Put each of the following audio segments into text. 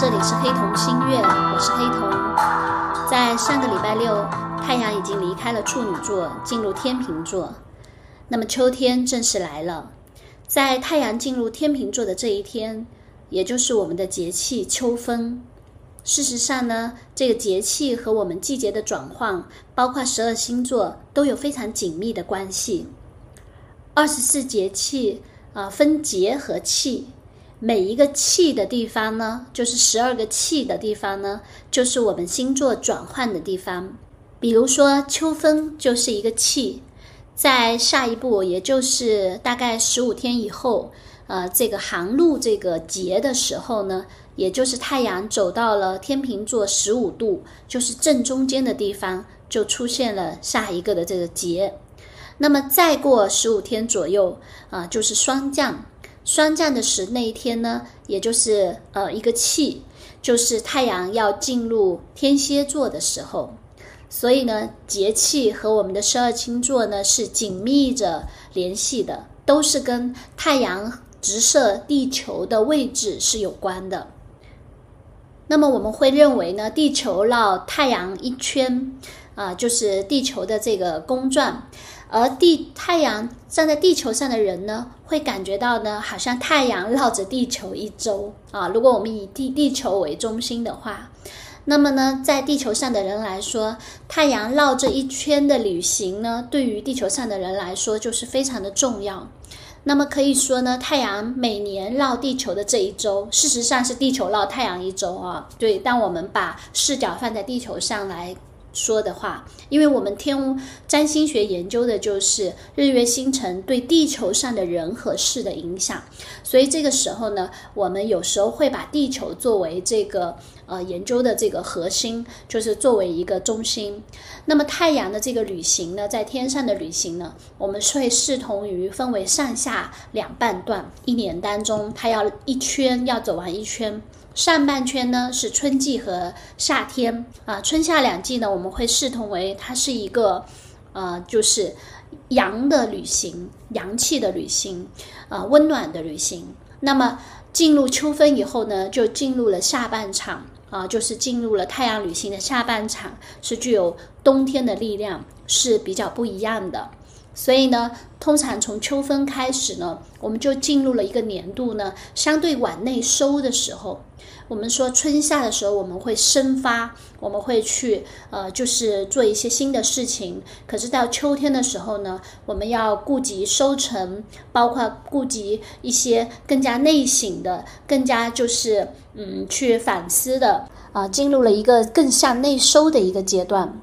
这里是黑瞳新月，我是黑瞳。在上个礼拜六，太阳已经离开了处女座，进入天秤座。那么秋天正式来了，在太阳进入天秤座的这一天，也就是我们的节气秋分。事实上呢，这个节气和我们季节的转换，包括12星座都有非常紧密的关系。24节气分节和气，每一个气的地方呢，就是12个气的地方呢，就是我们星座转换的地方。比如说秋分就是一个气，在下一步也就是大概15天以后，这个寒露这个节的时候呢，也就是太阳走到了天秤座15度，就是正中间的地方，就出现了下一个的这个节。那么再过15天左右，就是霜降。霜降的那一天呢，也就是一个气，就是太阳要进入天蝎座的时候。所以呢，节气和我们的12星座呢是紧密着联系的，都是跟太阳直射地球的位置是有关的。那么我们会认为呢，地球绕太阳一圈，就是地球的这个公转，而太阳站在地球上的人呢，会感觉到呢，好像太阳绕着地球一周如果我们以地球为中心的话，那么呢，在地球上的人来说，太阳绕这一圈的旅行呢，对于地球上的人来说就是非常的重要。那么可以说呢，太阳每年绕地球的这一周，事实上是地球绕太阳一周对，当我们把视角放在地球上来说的话，因为我们占星学研究的就是日月星辰对地球上的人和事的影响，所以这个时候呢，我们有时候会把地球作为这个研究的这个核心，就是作为一个中心。那么太阳的这个旅行呢，在天上的旅行呢，我们会视同于分为上下两半段，一年当中它要走完一圈。上半圈呢是春季和夏天春夏两季呢，我们会视同为它是一个就是阳的旅行，阳气的旅行，温暖的旅行。那么进入秋分以后呢，就进入了下半场就是进入了太阳旅行的下半场，是具有冬天的力量，是比较不一样的。所以呢，通常从秋分开始呢，我们就进入了一个年度呢相对往内收的时候。我们说春夏的时候我们会生发，我们会去就是做一些新的事情，可是到秋天的时候呢，我们要顾及收成，包括顾及一些更加内省的，更加就是去反思的进入了一个更向内收的一个阶段。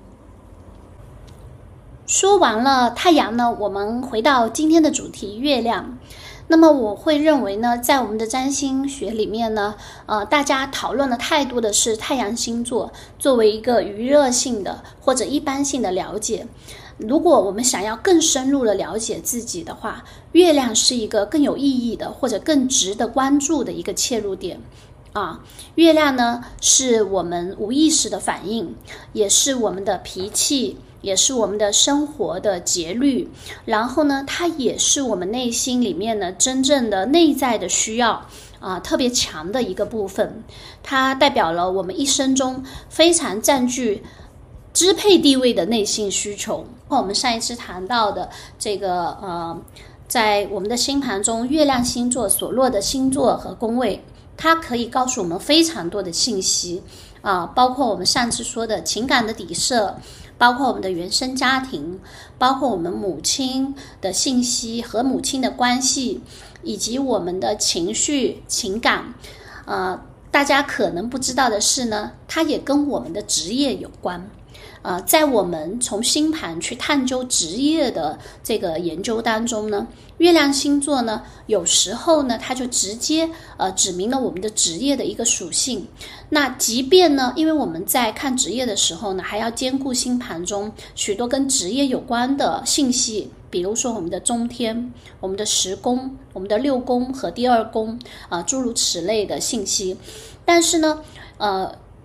说完了太阳呢，我们回到今天的主题月亮。那么我会认为呢，在我们的占星学里面呢，大家讨论的太多的是太阳星座作为一个娱乐性的或者一般性的了解。如果我们想要更深入的了解自己的话，月亮是一个更有意义的或者更值得关注的一个切入点。月亮呢是我们无意识的反应，也是我们的脾气，也是我们的生活的节律，然后呢，它也是我们内心里面呢真正的内在的需要特别强的一个部分。它代表了我们一生中非常占据支配地位的内心需求。我们上一次谈到的这个在我们的星盘中，月亮星座所落的星座和宫位，它可以告诉我们非常多的信息包括我们上次说的情感的底色，包括我们的原生家庭，包括我们母亲的信息和母亲的关系，以及我们的情绪情感大家可能不知道的是呢，它也跟我们的职业有关。在我们从星盘去探究职业的这个研究当中呢，月亮星座呢，有时候呢，它就直接指明了我们的职业的一个属性。那即便呢，因为我们在看职业的时候呢，还要兼顾星盘中许多跟职业有关的信息，比如说我们的中天、我们的10宫、我们的6宫和第2宫诸如此类的信息。但是呢，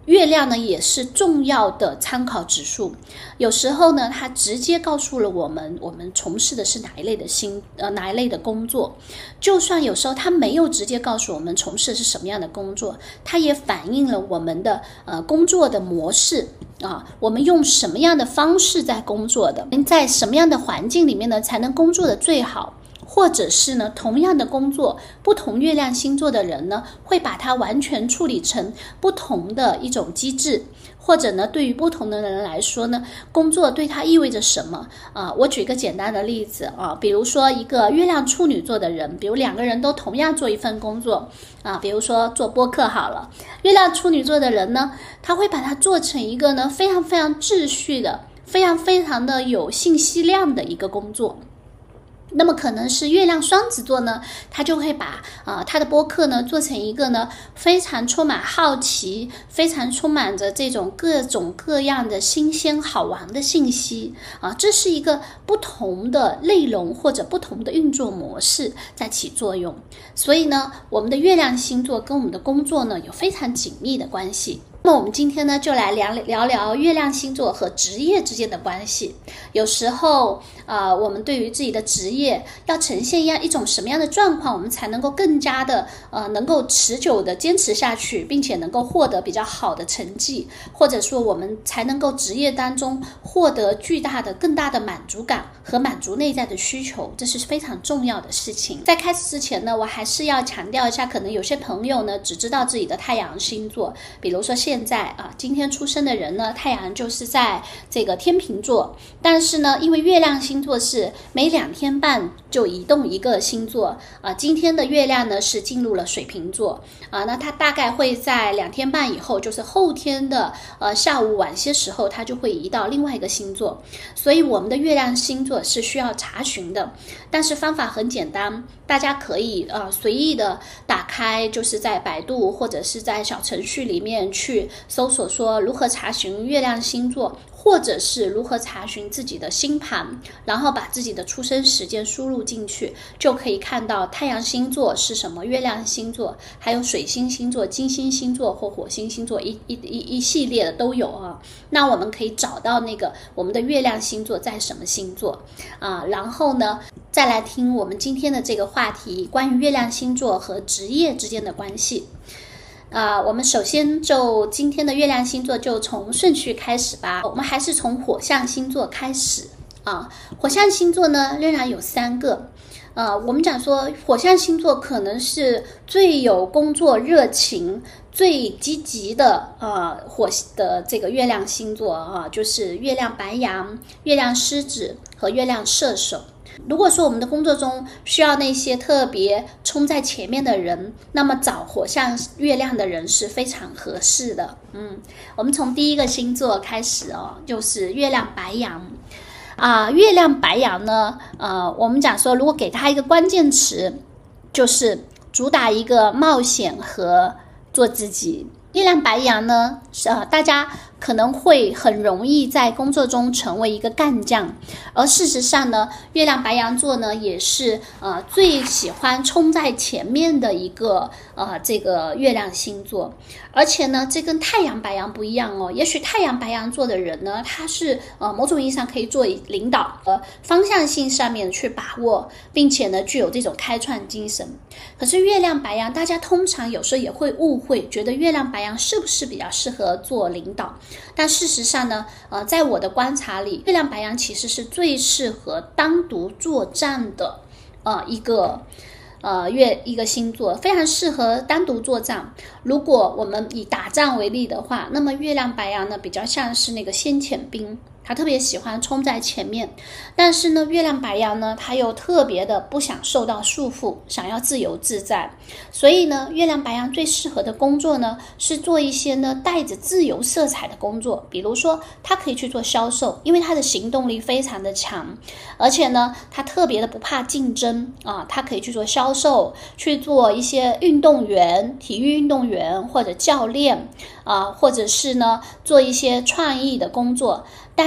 月亮呢也是重要的参考指数，有时候呢它直接告诉了我们从事的是哪一类的工作，就算有时候它没有直接告诉我们从事的是什么样的工作，它也反映了我们的工作的模式我们用什么样的方式在工作的，在什么样的环境里面呢才能工作的最好，或者是呢，同样的工作，不同月亮星座的人呢，会把它完全处理成不同的一种机制，或者呢，对于不同的人来说呢，工作对他意味着什么我举一个简单的例子比如说一个月亮处女座的人，比如两个人都同样做一份工作比如说做播客好了，月亮处女座的人呢，他会把它做成一个呢非常非常秩序的、非常非常的有信息量的一个工作。那么可能是月亮双子座呢，他就会把他的播客呢做成一个呢非常充满好奇、非常充满着这种各种各样的新鲜好玩的信息这是一个不同的内容或者不同的运作模式在起作用。所以呢，我们的月亮星座跟我们的工作呢有非常紧密的关系。那么我们今天呢就来聊聊月亮星座和职业之间的关系。有时候我们对于自己的职业要呈现一种什么样的状况，我们才能够更加的能够持久的坚持下去，并且能够获得比较好的成绩，或者说我们才能够职业当中获得更大的满足感和满足内在的需求，这是非常重要的事情。在开始之前呢，我还是要强调一下，可能有些朋友呢只知道自己的太阳星座，比如说现在今天出生的人呢，太阳就是在这个天秤座，但是呢，因为月亮星座是每2天半就移动一个星座今天的月亮呢是进入了水瓶座那它大概会在2天半以后，就是后天的下午晚些时候，它就会移到另外一个星座。所以我们的月亮星座是需要查询的，但是方法很简单，大家可以随意的打开，就是在百度或者是在小程序里面去搜索说如何查询月亮星座，或者是如何查询自己的星盘，然后把自己的出生时间输入进去，就可以看到太阳星座是什么，月亮星座，还有水星星座、金星星座或火星星座，一系列的都有那我们可以找到那个我们的月亮星座在什么星座然后呢再来听我们今天的这个话题，关于月亮星座和职业之间的关系。我们首先就今天的月亮星座就从顺序开始吧。我们还是从火象星座开始火象星座呢仍然有3个我们讲说火象星座可能是最有工作热情、最积极的这个月亮星座就是月亮白羊、月亮狮子和月亮射手。如果说我们的工作中需要那些特别冲在前面的人，那么找火象月亮的人是非常合适的。我们从第一个星座开始就是月亮白羊月亮白羊呢我们讲说如果给它一个关键词，就是主打一个冒险和做自己。月亮白羊呢大家可能会很容易在工作中成为一个干将，而事实上呢，月亮白羊座呢也是最喜欢冲在前面的一个这个月亮星座。而且呢，这跟太阳白羊不一样也许太阳白羊座的人呢，他是某种意义上可以做领导方向性上面去把握，并且呢具有这种开创精神。可是月亮白羊，大家通常有时候也会误会，觉得月亮白羊是不是比较适合做领导？但事实上呢在我的观察里，月亮白羊其实是最适合单独作战的一个星座，非常适合单独作战。如果我们以打仗为例的话，那么月亮白羊呢比较像是那个先遣兵，他特别喜欢冲在前面。但是呢，月亮白羊呢，他又特别的不想受到束缚，想要自由自在。所以呢，月亮白羊最适合的工作呢，是做一些呢带着自由色彩的工作。比如说，他可以去做销售，因为他的行动力非常的强，而且呢，他特别的不怕竞争他可以去做销售，去做一些运动员、体育运动员或者教练或者是呢做一些创意的工作。但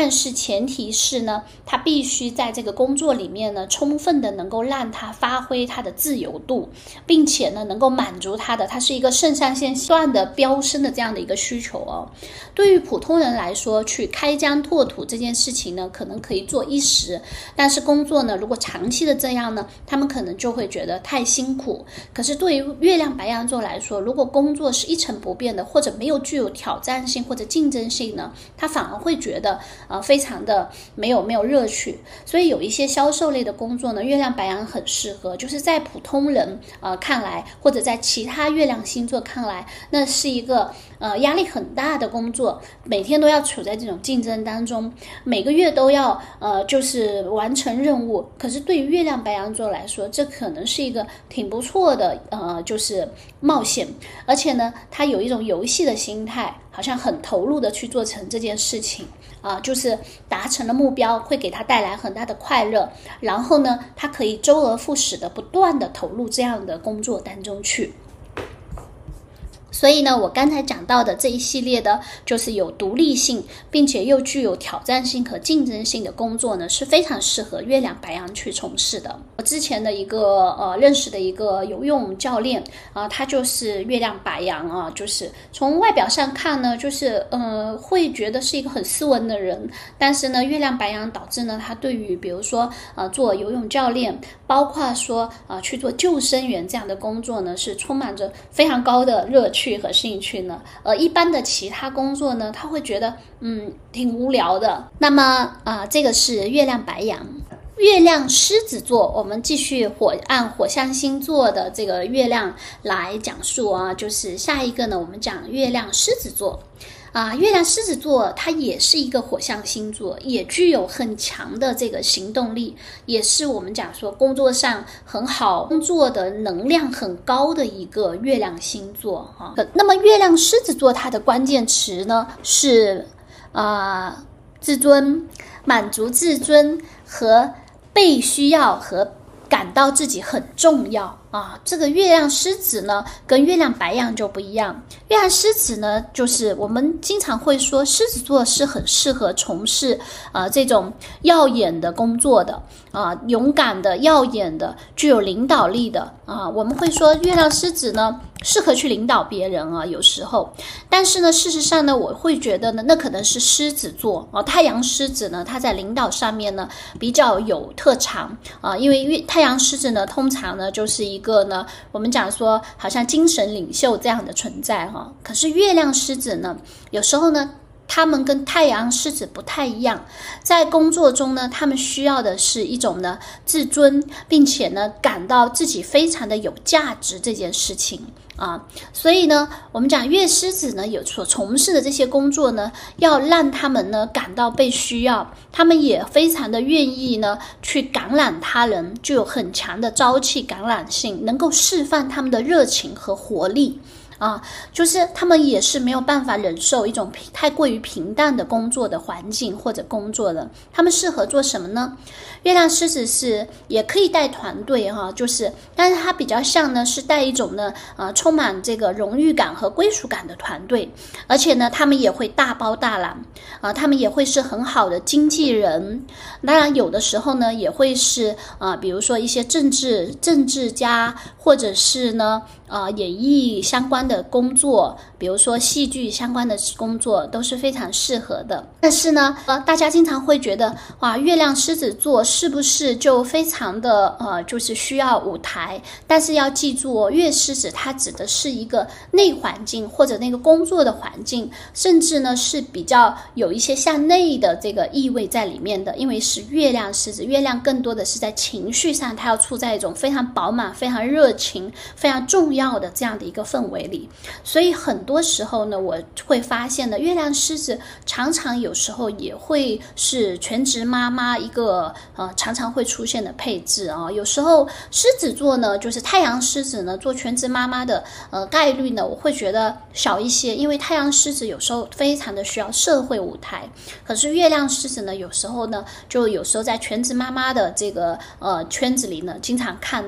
但是前提是呢，他必须在这个工作里面呢，充分的能够让他发挥他的自由度，并且呢，能够满足他是一个肾上腺不断的飙升的这样的一个需求哦。对于普通人来说，去开疆拓土这件事情呢，可能可以做一时，但是工作呢，如果长期的这样呢，他们可能就会觉得太辛苦。可是对于月亮白羊座来说，如果工作是一成不变的，或者没有具有挑战性或者竞争性呢，他反而会觉得非常的没有热趣。所以有一些销售类的工作呢，月亮白羊很适合，就是在普通人看来，或者在其他月亮星座看来，那是一个压力很大的工作，每天都要处在这种竞争当中，每个月都要就是完成任务。可是对于月亮白羊座来说，这可能是一个挺不错的就是冒险，而且呢，他有一种游戏的心态，好像很投入的去做成这件事情就是达成了目标，会给他带来很大的快乐，然后呢，他可以周而复始的不断的投入这样的工作当中去。所以呢，我刚才讲到的这一系列的就是有独立性并且又具有挑战性和竞争性的工作呢，是非常适合月亮白羊去从事的。我之前的一个认识的一个游泳教练他就是月亮白羊就是从外表上看呢，就是会觉得是一个很斯文的人，但是呢，月亮白羊导致呢，他对于比如说做游泳教练，包括说去做救生员这样的工作呢，是充满着非常高的热趣和兴趣呢。一般的其他工作呢，他会觉得挺无聊的。那么这个是月亮白羊。月亮狮子座，我们继续按火象星座的这个月亮来讲述就是下一个呢，我们讲月亮狮子座。月亮狮子座它也是一个火象星座，也具有很强的这个行动力，也是我们讲说工作上很好，工作的能量很高的一个月亮星座那么月亮狮子座它的关键词呢是自尊、满足自尊和被需要和感到自己很重要这个月亮狮子呢跟月亮白羊就不一样。月亮狮子呢，就是我们经常会说狮子座是很适合从事这种耀眼的工作的勇敢的、耀眼的、具有领导力的我们会说月亮狮子呢适合去领导别人有时候。但是呢，事实上呢，我会觉得呢，那可能是狮子座太阳狮子呢，它在领导上面呢比较有特长因为太阳狮子呢，通常呢就是一个呢，我们讲说好像精神领袖这样的存在可是月亮狮子呢，有时候呢，他们跟太阳狮子不太一样，在工作中呢，他们需要的是一种呢自尊，并且呢感到自己非常的有价值这件事情所以呢，我们讲月狮子呢有所从事的这些工作呢，要让他们呢感到被需要，他们也非常的愿意呢去感染他人，具有很强的朝气感染性，能够释放他们的热情和活力就是他们也是没有办法忍受一种太过于平淡的工作的环境或者工作的。他们适合做什么呢？月亮狮子是也可以带团队就是但是它比较像呢是带一种呢充满这个荣誉感和归属感的团队，而且呢他们也会大包大揽他们也会是很好的经纪人，当然有的时候呢也会是比如说一些政治家，或者是呢演艺相关的工作，比如说戏剧相关的工作都是非常适合的。但是呢大家经常会觉得月亮狮子座是不是就非常的就是需要舞台？但是要记住月狮子它指的是一个内环境或者那个工作的环境，甚至呢是比较有一些向内的这个意味在里面的，因为是月亮狮子，月亮更多的是在情绪上，它要处在一种非常饱满、非常热情、非常重要的这样的一个氛围里。所以很多时候呢，我会发现呢，月亮狮子常常有时候也会是全职妈妈一个常常会出现的配置有时候狮子座呢，就是太阳狮子呢做全职妈妈的概率呢，我会觉得小一些，因为太阳狮子有时候非常的需要社会舞台，可是月亮狮子呢，有时候呢就有时候在全职妈妈的这个圈子里呢，经常看到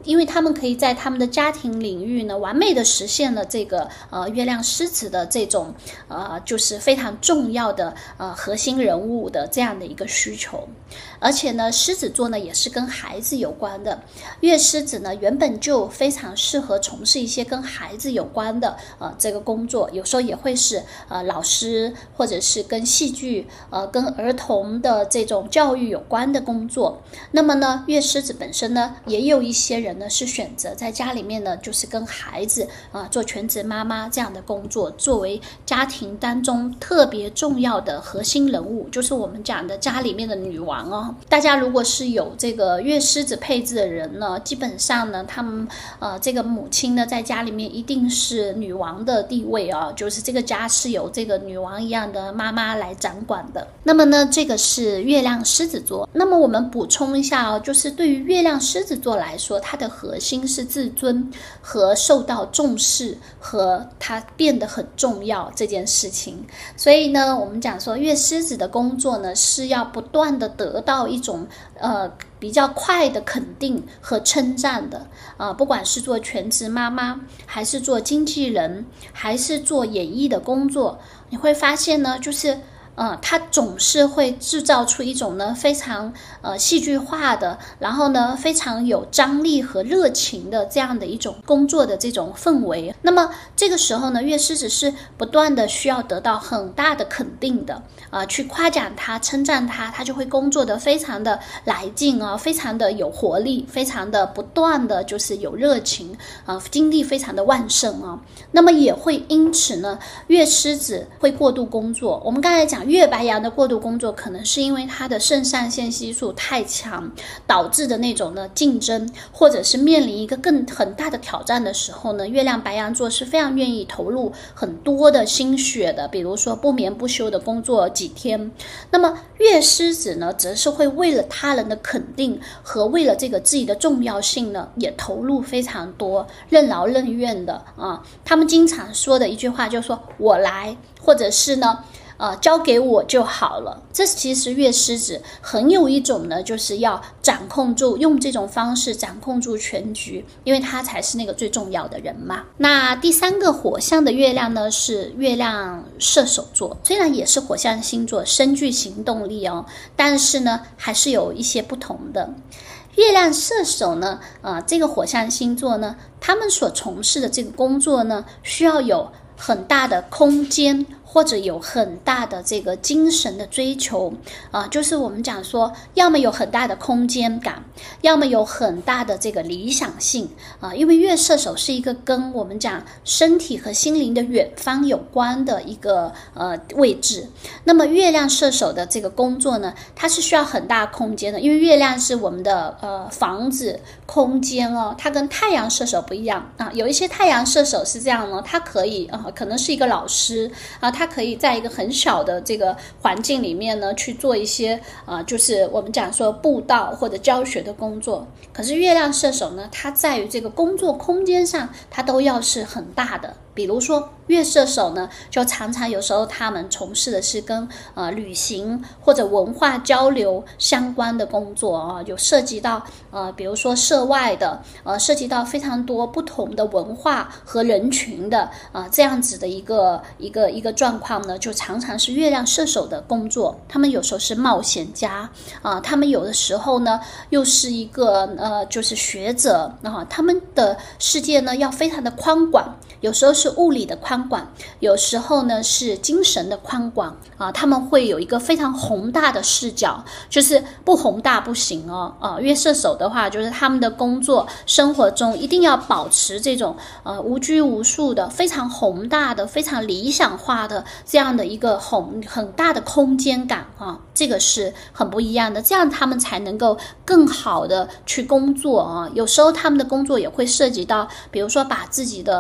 因为他们可以在他们的家庭领域呢，完美的实现了这个月亮狮子的这种就是非常重要的核心人物的这样的一个需求。而且呢，狮子座呢也是跟孩子有关的，月狮子呢原本就非常适合从事一些跟孩子有关的这个工作，有时候也会是老师，或者是跟戏剧跟儿童的这种教育有关的工作。那么呢，月狮子本身呢，也有一些人呢是选择在家里面呢，就是跟孩子做全职妈妈这样的工作，作为家庭当中特别重要的核心人物，就是我们讲的家里面的女王哦。大家如果是有这个月狮子配置的人呢，基本上呢，他们这个母亲呢，在家里面一定是女王的地位啊，就是这个家是由这个女王一样的妈妈来掌管的。那么呢，这个是月亮狮子座。那么我们补充一下哦，就是对于月亮狮子座来说，它的核心是自尊和受到重视，和它变得很重要这件事情。所以呢，我们讲说月狮子的工作呢，是要不断的得到一种比较快的肯定和称赞的不管是做全职妈妈，还是做经纪人，还是做演艺的工作，你会发现呢，就是它总是会制造出一种呢非常戏剧化的，然后呢非常有张力和热情的这样的一种工作的这种氛围。那么这个时候呢，月狮子是不断的需要得到很大的肯定的去夸奖他，称赞他，他就会工作的非常的来劲非常的有活力，非常的不断的就是有热情精力非常的旺盛那么也会因此呢，月狮子会过度工作。我们刚才讲月白羊的过度工作，可能是因为它的肾上腺激素太强，导致的那种呢竞争，或者是面临一个很大的挑战的时候呢，月亮白羊座是非常愿意投入很多的心血的，比如说不眠不休的工作几天。那么月狮子呢，则是会为了他人的肯定和为了这个自己的重要性呢，也投入非常多，任劳任怨的他们经常说的一句话就是说我来，或者是呢交给我就好了。这其实月狮子很有一种呢，就是要掌控住，用这种方式掌控住全局，因为他才是那个最重要的人嘛。那第三个火象的月亮呢，是月亮射手座。虽然也是火象星座，深具行动力但是呢，还是有一些不同的。月亮射手呢，这个火象星座呢，他们所从事的这个工作呢，需要有很大的空间，或者有很大的这个精神的追求就是我们讲说，要么有很大的空间感，要么有很大的这个理想性因为月射手是一个跟我们讲身体和心灵的远方有关的一个位置。那么月亮射手的这个工作呢，它是需要很大空间的，因为月亮是我们的房子空间它跟太阳射手不一样有一些太阳射手是这样它可以可能是一个老师他可以在一个很小的这个环境里面呢，去做一些就是我们讲说布道或者教学的工作。可是月亮射手呢，它在于这个工作空间上，它都要是很大的。比如说月射手呢，就常常有时候他们从事的是跟旅行或者文化交流相关的工作有涉及到比如说涉外的涉及到非常多不同的文化和人群的这样子的一个状况呢，就常常是月亮射手的工作。他们有时候是冒险家他们有的时候呢又是一个就是学者他们的世界呢要非常的宽广，有时候是物理的宽广，有时候呢是精神的宽广他们会有一个非常宏大的视角，就是不宏大不行月射手的话，就是他们的工作生活中一定要保持这种无拘无束的非常宏大的非常理想化的这样的一个很大的空间感这个是很不一样的，这样他们才能够更好的去工作有时候他们的工作也会涉及到，比如说把自己的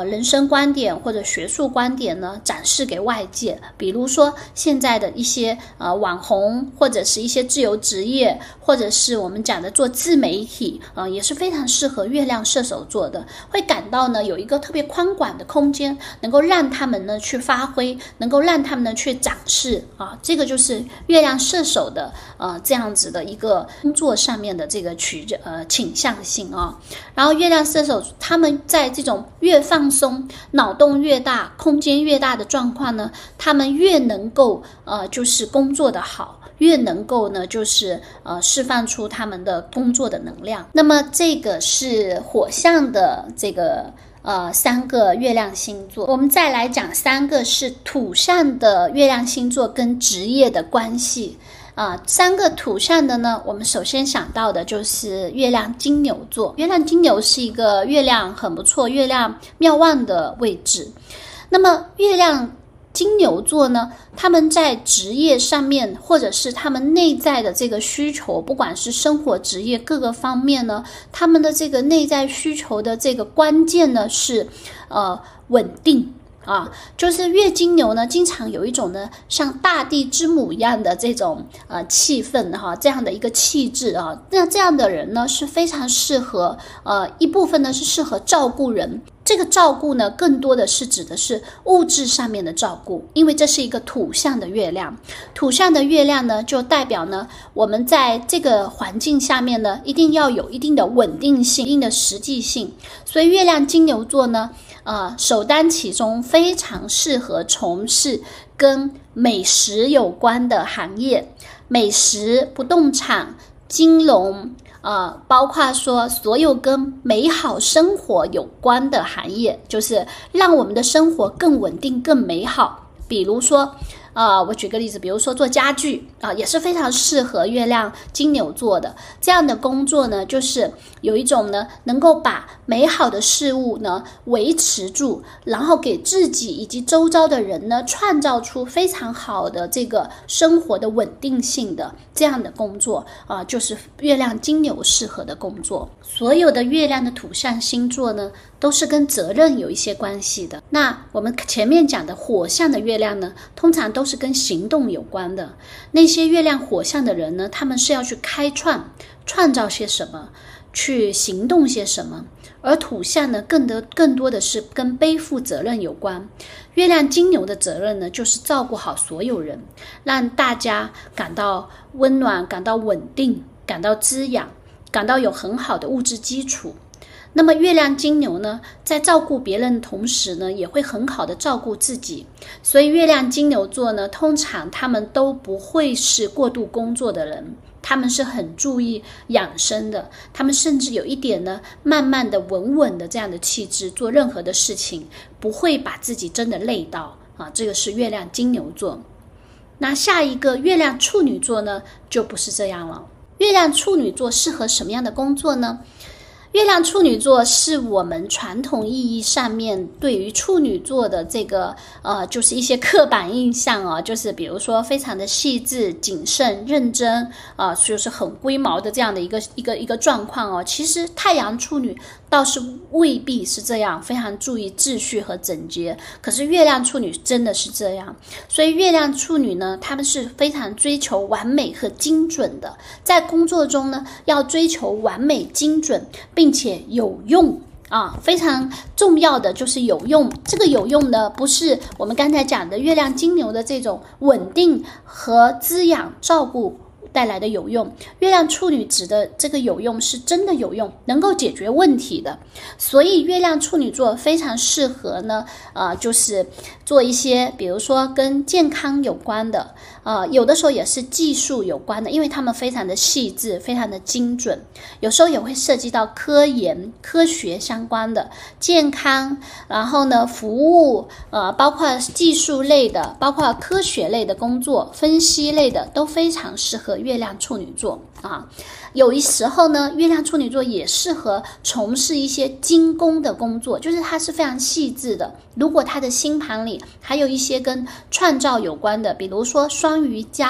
人生观点或者学术观点呢展示给外界。比如说现在的一些网红，或者是一些自由职业，或者是我们讲的做自媒体，也是非常适合月亮射手座的，会感到呢有一个特别宽广的空间，能够让他们呢去发挥，能够让他们呢去展示这个就是月亮射手的这样子的一个工作上面的这个倾向性然后月亮射手他们在这种越放松、脑洞越大、空间越大的状况呢，他们越能够就是工作的好，越能够呢就是释放出他们的工作的能量。那么这个是火象的这个3个月亮星座。我们再来讲3个是土象的月亮星座跟职业的关系。3个土象的呢，我们首先想到的就是月亮金牛座。月亮金牛是一个月亮很不错、月亮妙望的位置。那么月亮金牛座呢，他们在职业上面，或者是他们内在的这个需求，不管是生活、职业各个方面呢，他们的这个内在需求的这个关键呢是稳定。就是月金牛呢，经常有一种呢像大地之母一样的这种气氛这样的一个气质那这样的人呢是非常适合一部分呢是适合照顾人。这个照顾呢，更多的是指的是物质上面的照顾，因为这是一个土象的月亮。土象的月亮呢，就代表呢，我们在这个环境下面呢，一定要有一定的稳定性、一定的实际性。所以月亮金牛座呢，首当其冲，非常适合从事跟美食有关的行业，美食、不动产、金融。包括说所有跟美好生活有关的行业，就是让我们的生活更稳定、更美好。比如说我举个例子，比如说做家具也是非常适合月亮金牛座的。这样的工作呢，就是有一种呢能够把美好的事物呢维持住，然后给自己以及周遭的人呢创造出非常好的这个生活的稳定性的这样的工作就是月亮金牛适合的工作。所有的月亮的土象星座呢都是跟责任有一些关系的。那我们前面讲的火象的月亮呢，通常都是跟行动有关的。那些月亮火象的人呢，他们是要去创造些什么，去行动些什么。而土象呢，更多的是跟背负责任有关。月亮金牛的责任呢，就是照顾好所有人，让大家感到温暖，感到稳定，感到滋养，感到有很好的物质基础。那么月亮金牛呢，在照顾别人的同时呢，也会很好的照顾自己。所以月亮金牛座呢，通常他们都不会是过度工作的人，他们是很注意养生的，他们甚至有一点呢，慢慢的、稳稳的这样的气质，做任何的事情不会把自己真的累到这个是月亮金牛座。那下一个月亮处女座呢，就不是这样了。月亮处女座适合什么样的工作呢？月亮处女座是我们传统意义上面对于处女座的这个就是一些刻板印象就是比如说非常的细致、谨慎、认真就是很龟毛的这样的一个状况其实太阳处女倒是未必是这样，非常注意秩序和整洁。可是月亮处女真的是这样，所以月亮处女呢，他们是非常追求完美和精准的，在工作中呢，要追求完美、精准，并且有用非常重要的就是有用。这个有用呢，不是我们刚才讲的月亮金牛的这种稳定和滋养、照顾带来的有用。月亮处女指的这个有用是真的有用，能够解决问题的。所以月亮处女座非常适合呢就是做一些比如说跟健康有关的有的时候也是技术有关的，因为他们非常的细致，非常的精准。有时候也会涉及到科研、科学相关的健康，然后呢服务包括技术类的，包括科学类的工作、分析类的，都非常适合月亮处女座有一时候呢，月亮处女座也适合从事一些精工的工作，就是它是非常细致的。如果他的星盘里还有一些跟创造有关的，比如说双鱼加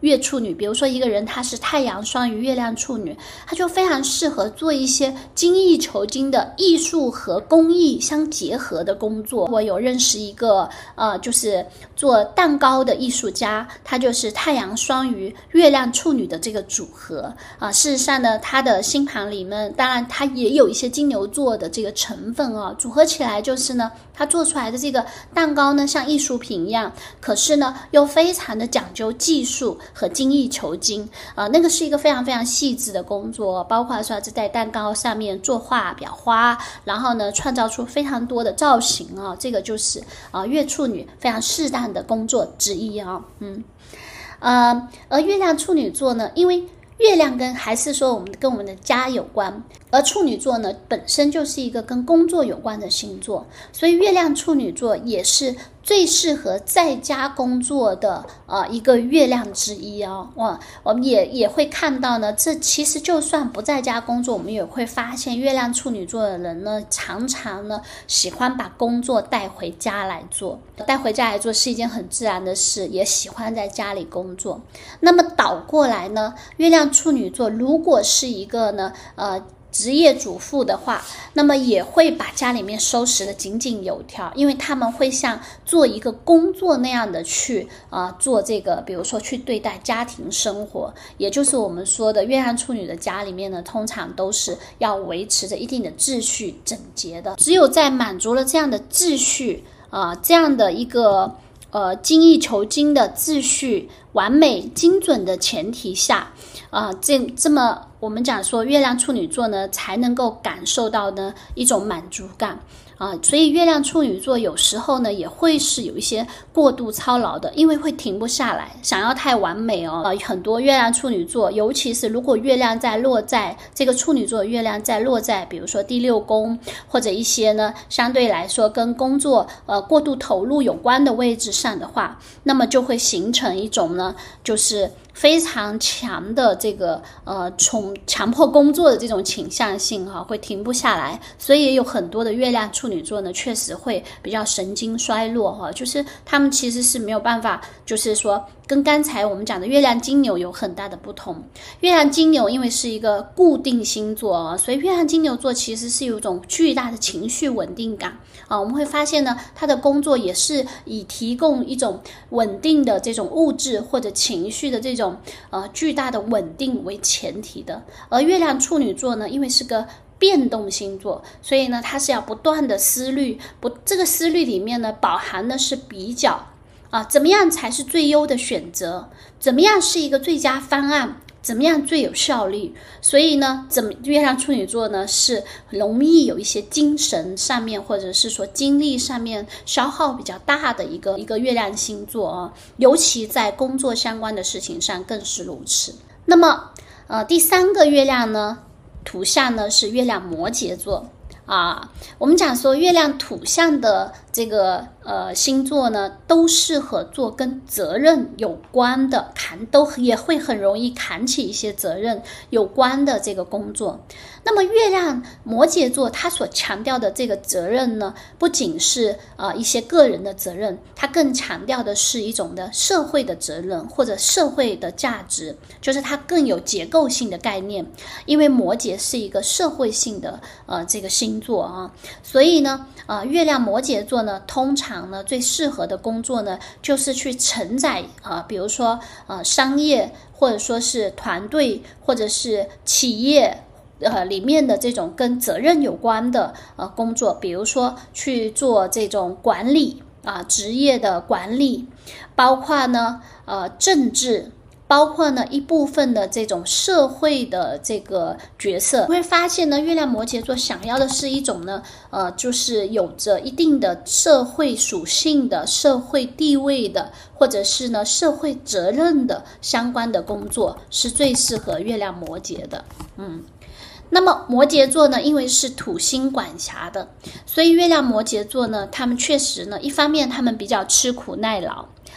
月处女，比如说一个人他是太阳双鱼月亮处女，他就非常适合做一些精益求精的艺术和工艺相结合的工作。我有认识一个就是做蛋糕的艺术家，他就是太阳双鱼月亮处女的这个组合事实上呢，他的星盘里面当然他也有一些金牛座的这个成分组合起来就是呢，他做出来的这个蛋糕呢像艺术品一样，可是呢又非常的讲究技术和精益求精那个是一个非常非常细致的工作，包括说在蛋糕上面作画裱花，然后呢创造出非常多的造型这个就是月处女非常适当的工作之一而月亮处女座呢，因为月亮还是说跟我们的家有关，而处女座呢本身就是一个跟工作有关的星座，所以月亮处女座也是最适合在家工作的一个月亮之一我们也会看到呢，这其实就算不在家工作，我们也会发现月亮处女座的人呢，常常呢喜欢把工作带回家来做，带回家来做是一件很自然的事，也喜欢在家里工作。那么倒过来呢，月亮处女座如果是一个呢职业主妇的话，那么也会把家里面收拾得井井有条，因为他们会像做一个工作那样的去做这个，比如说去对待家庭生活，也就是我们说的月亮处女的家里面呢，通常都是要维持着一定的秩序整洁的。只有在满足了这样的秩序这样的一个精益求精的秩序完美精准的前提下这么我们讲说月亮处女座呢才能够感受到呢一种满足感所以月亮处女座有时候呢也会是有一些过度操劳的，因为会停不下来，想要太完美很多月亮处女座，尤其是如果月亮在落在这个处女座的月亮在落在比如说第6宫或者一些呢相对来说跟工作过度投入有关的位置上的话，那么就会形成一种呢就是非常强的这个从强迫工作的这种倾向性会停不下来，所以也有很多的月亮处女座呢确实会比较神经衰弱就是他们其实是没有办法，就是说跟刚才我们讲的月亮金牛有很大的不同。月亮金牛因为是一个固定星座所以月亮金牛座其实是有一种巨大的情绪稳定感我们会发现呢，他的工作也是以提供一种稳定的这种物质或者情绪的这种巨大的稳定为前提的。而月亮处女座呢，因为是个变动星座，所以呢它是要不断的思虑，这个思虑里面呢饱含的是比较怎么样才是最优的选择，怎么样是一个最佳方案，怎么样最有效率。所以呢月亮处女座呢是容易有一些精神上面或者是说精力上面消耗比较大的一个月亮星座尤其在工作相关的事情上更是如此。那么第3个月亮呢土象呢是月亮摩羯座我们讲说月亮土象的这个星座呢都适合做跟责任有关的都也会很容易扛起一些责任有关的这个工作。那么月亮摩羯座它所强调的这个责任呢，不仅是一些个人的责任，它更强调的是一种的社会的责任或者社会的价值，就是它更有结构性的概念。因为摩羯是一个社会性的这个星座所以呢月亮摩羯座呢通常呢最适合的工作呢就是去承载比如说商业或者说是团队或者是企业里面的这种跟责任有关的工作，比如说去做这种管理职业的管理，包括呢政治，包括呢一部分的这种社会的这个角色。会发现呢月亮摩羯座想要的是一种呢就是有着一定的社会属性的社会地位的或者是呢社会责任的相关的工作是最适合月亮摩羯的那么摩羯座呢因为是土星管辖的，所以月亮摩羯座呢他们确实呢一方面他们比较吃苦耐劳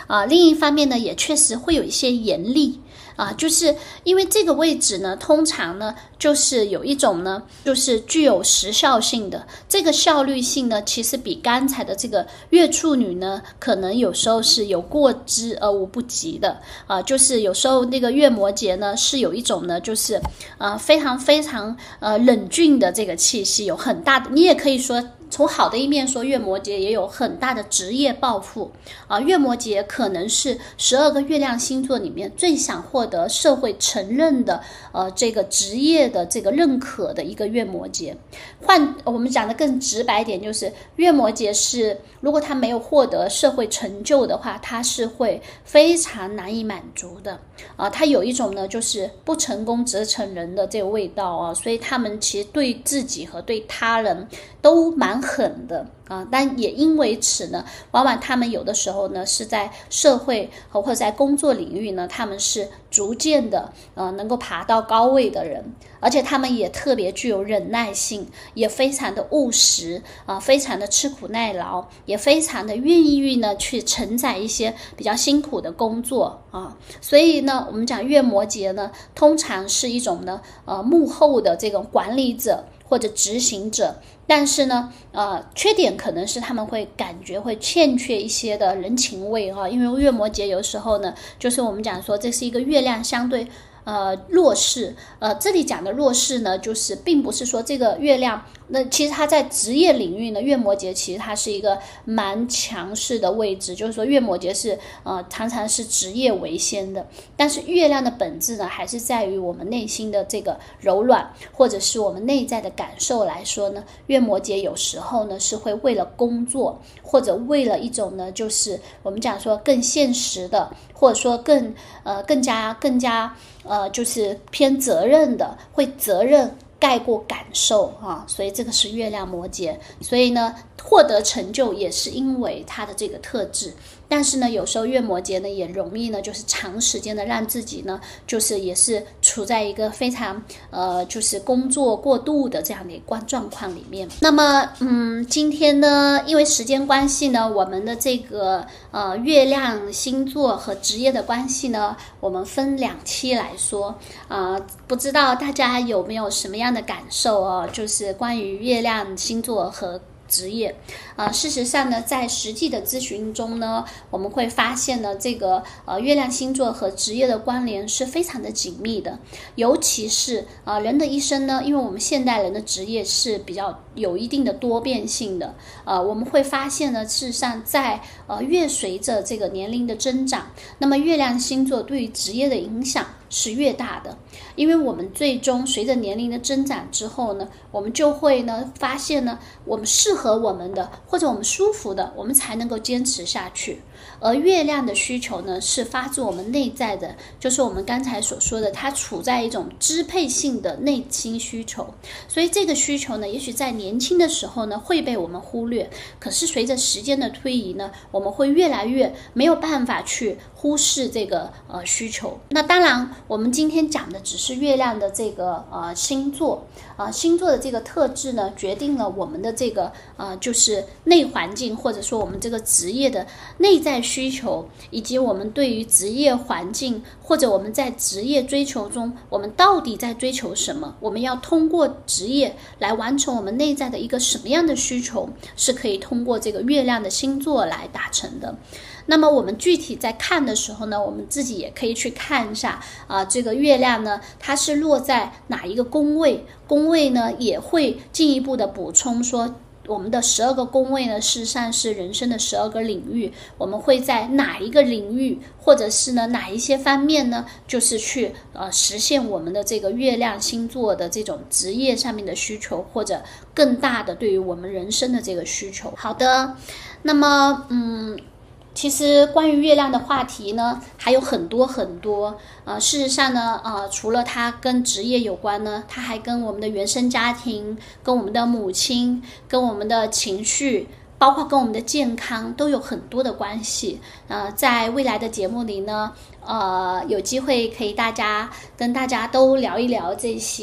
另一方面呢，也确实会有一些严厉。就是因为这个位置呢，通常呢就是有一种呢，就是具有时效性的，这个效率性呢，其实比刚才的这个月处女呢，可能有时候是有过之而无不及的就是有时候那个月摩羯呢，是有一种呢，就是非常非常冷峻的这个气息，有很大的，你也可以说。从好的一面说，月摩羯也有很大的职业抱负月摩羯可能是12个月亮星座里面最想获得社会承认的这个职业的这个认可的一个月摩羯。我们讲的更直白一点，就是月摩羯是如果他没有获得社会成就的话，他是会非常难以满足的他有一种呢，就是不成功则成仁的这个味道所以他们其实对自己和对他人都蛮狠的但也因为此呢，往往他们有的时候呢是在社会或者在工作领域呢，他们是逐渐的能够爬到高位的人，而且他们也特别具有忍耐性，也非常的务实非常的吃苦耐劳，也非常的愿意呢去承载一些比较辛苦的工作所以呢，我们讲月摩羯呢，通常是一种呢幕后的这种管理者或者执行者，但是呢缺点可能是他们会感觉会欠缺一些的人情味因为月摩羯有时候呢，就是我们讲说这是一个月亮相对弱势这里讲的弱势呢，就是并不是说这个月亮那其实它在职业领域呢，月摩羯其实它是一个蛮强势的位置，就是说月摩羯是常常是职业为先的，但是月亮的本质呢，还是在于我们内心的这个柔软，或者是我们内在的感受来说呢，月摩羯有时候呢是会为了工作，或者为了一种呢，就是我们讲说更现实的，或者说更加就是偏责任的，会责任盖过感受所以这个是月亮摩羯，所以呢获得成就也是因为他的这个特质，但是呢有时候月摩羯呢也容易呢就是长时间的让自己呢就是也是处在一个非常就是工作过度的这样的一个状况里面。那么今天呢因为时间关系呢，我们的这个月亮星座和职业的关系呢，我们分2期来说不知道大家有没有什么样的感受就是关于月亮星座和职业事实上呢，在实际的咨询中呢，我们会发现呢，这个月亮星座和职业的关联是非常的紧密的，尤其是人的一生呢，因为我们现代人的职业是比较有一定的多变性的我们会发现呢，事实上在越随着这个年龄的增长，那么月亮星座对于职业的影响是越大的，因为我们最终随着年龄的增长之后呢，我们就会呢发现呢，我们适合我们的或者我们舒服的，我们才能够坚持下去。而月亮的需求呢，是发自我们内在的，就是我们刚才所说的，它处在一种支配性的内心需求。所以这个需求呢，也许在年轻的时候呢会被我们忽略，可是随着时间的推移呢，我们会越来越没有办法去忽视这个需求。那当然我们今天讲的只是月亮的这个星座星座的这个特质呢，决定了我们的这个就是内环境，或者说我们这个职业的内在需求，以及我们对于职业环境，或者我们在职业追求中，我们到底在追求什么，我们要通过职业来完成我们内在的一个什么样的需求，是可以通过这个月亮的星座来达成的。那么我们具体在看的时候呢，我们自己也可以去看一下这个月亮呢，它是落在哪一个宫位，宫位呢也会进一步的补充说，我们的12个宫位呢，事实上是人生的12个领域，我们会在哪一个领域，或者是呢哪一些方面呢，就是去实现我们的这个月亮星座的这种职业上面的需求，或者更大的对于我们人生的这个需求。好的，那么其实关于月亮的话题呢还有很多很多事实上呢除了它跟职业有关呢，它还跟我们的原生家庭，跟我们的母亲，跟我们的情绪，包括跟我们的健康都有很多的关系在未来的节目里呢有机会可以跟大家都聊一聊这些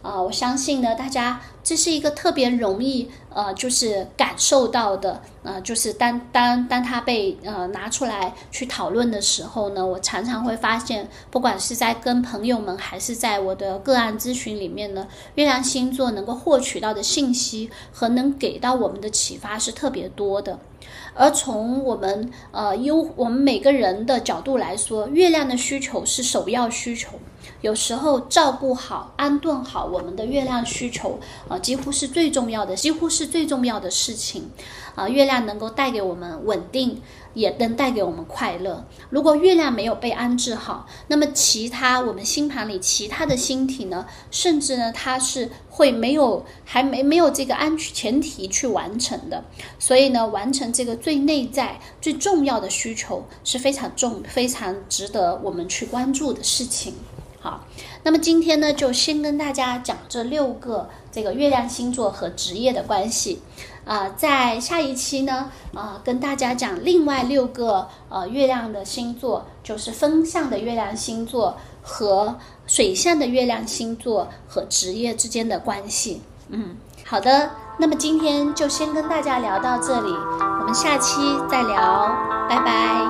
我相信呢，大家这是一个特别容易就是感受到的，就是当它被拿出来去讨论的时候呢，我常常会发现，不管是在跟朋友们还是在我的个案咨询里面呢，月亮星座能够获取到的信息和能给到我们的启发是特别多的。而从我们每个人的角度来说，月亮的需求是首要需求。有时候照顾好、安顿好我们的月亮需求，几乎是最重要的事情。月亮能够带给我们稳定，也能带给我们快乐。如果月亮没有被安置好，那么我们星盘里其他的星体呢，甚至呢它是会没有这个安全前提去完成的。所以呢，完成这个最内在最重要的需求是非常值得我们去关注的事情。好，那么今天呢，就先跟大家讲这6个这个月亮星座和职业的关系。在下一期呢，跟大家讲另外6个月亮的星座，就是风象的月亮星座和水象的月亮星座和职业之间的关系。好的，那么今天就先跟大家聊到这里，我们下期再聊，拜拜。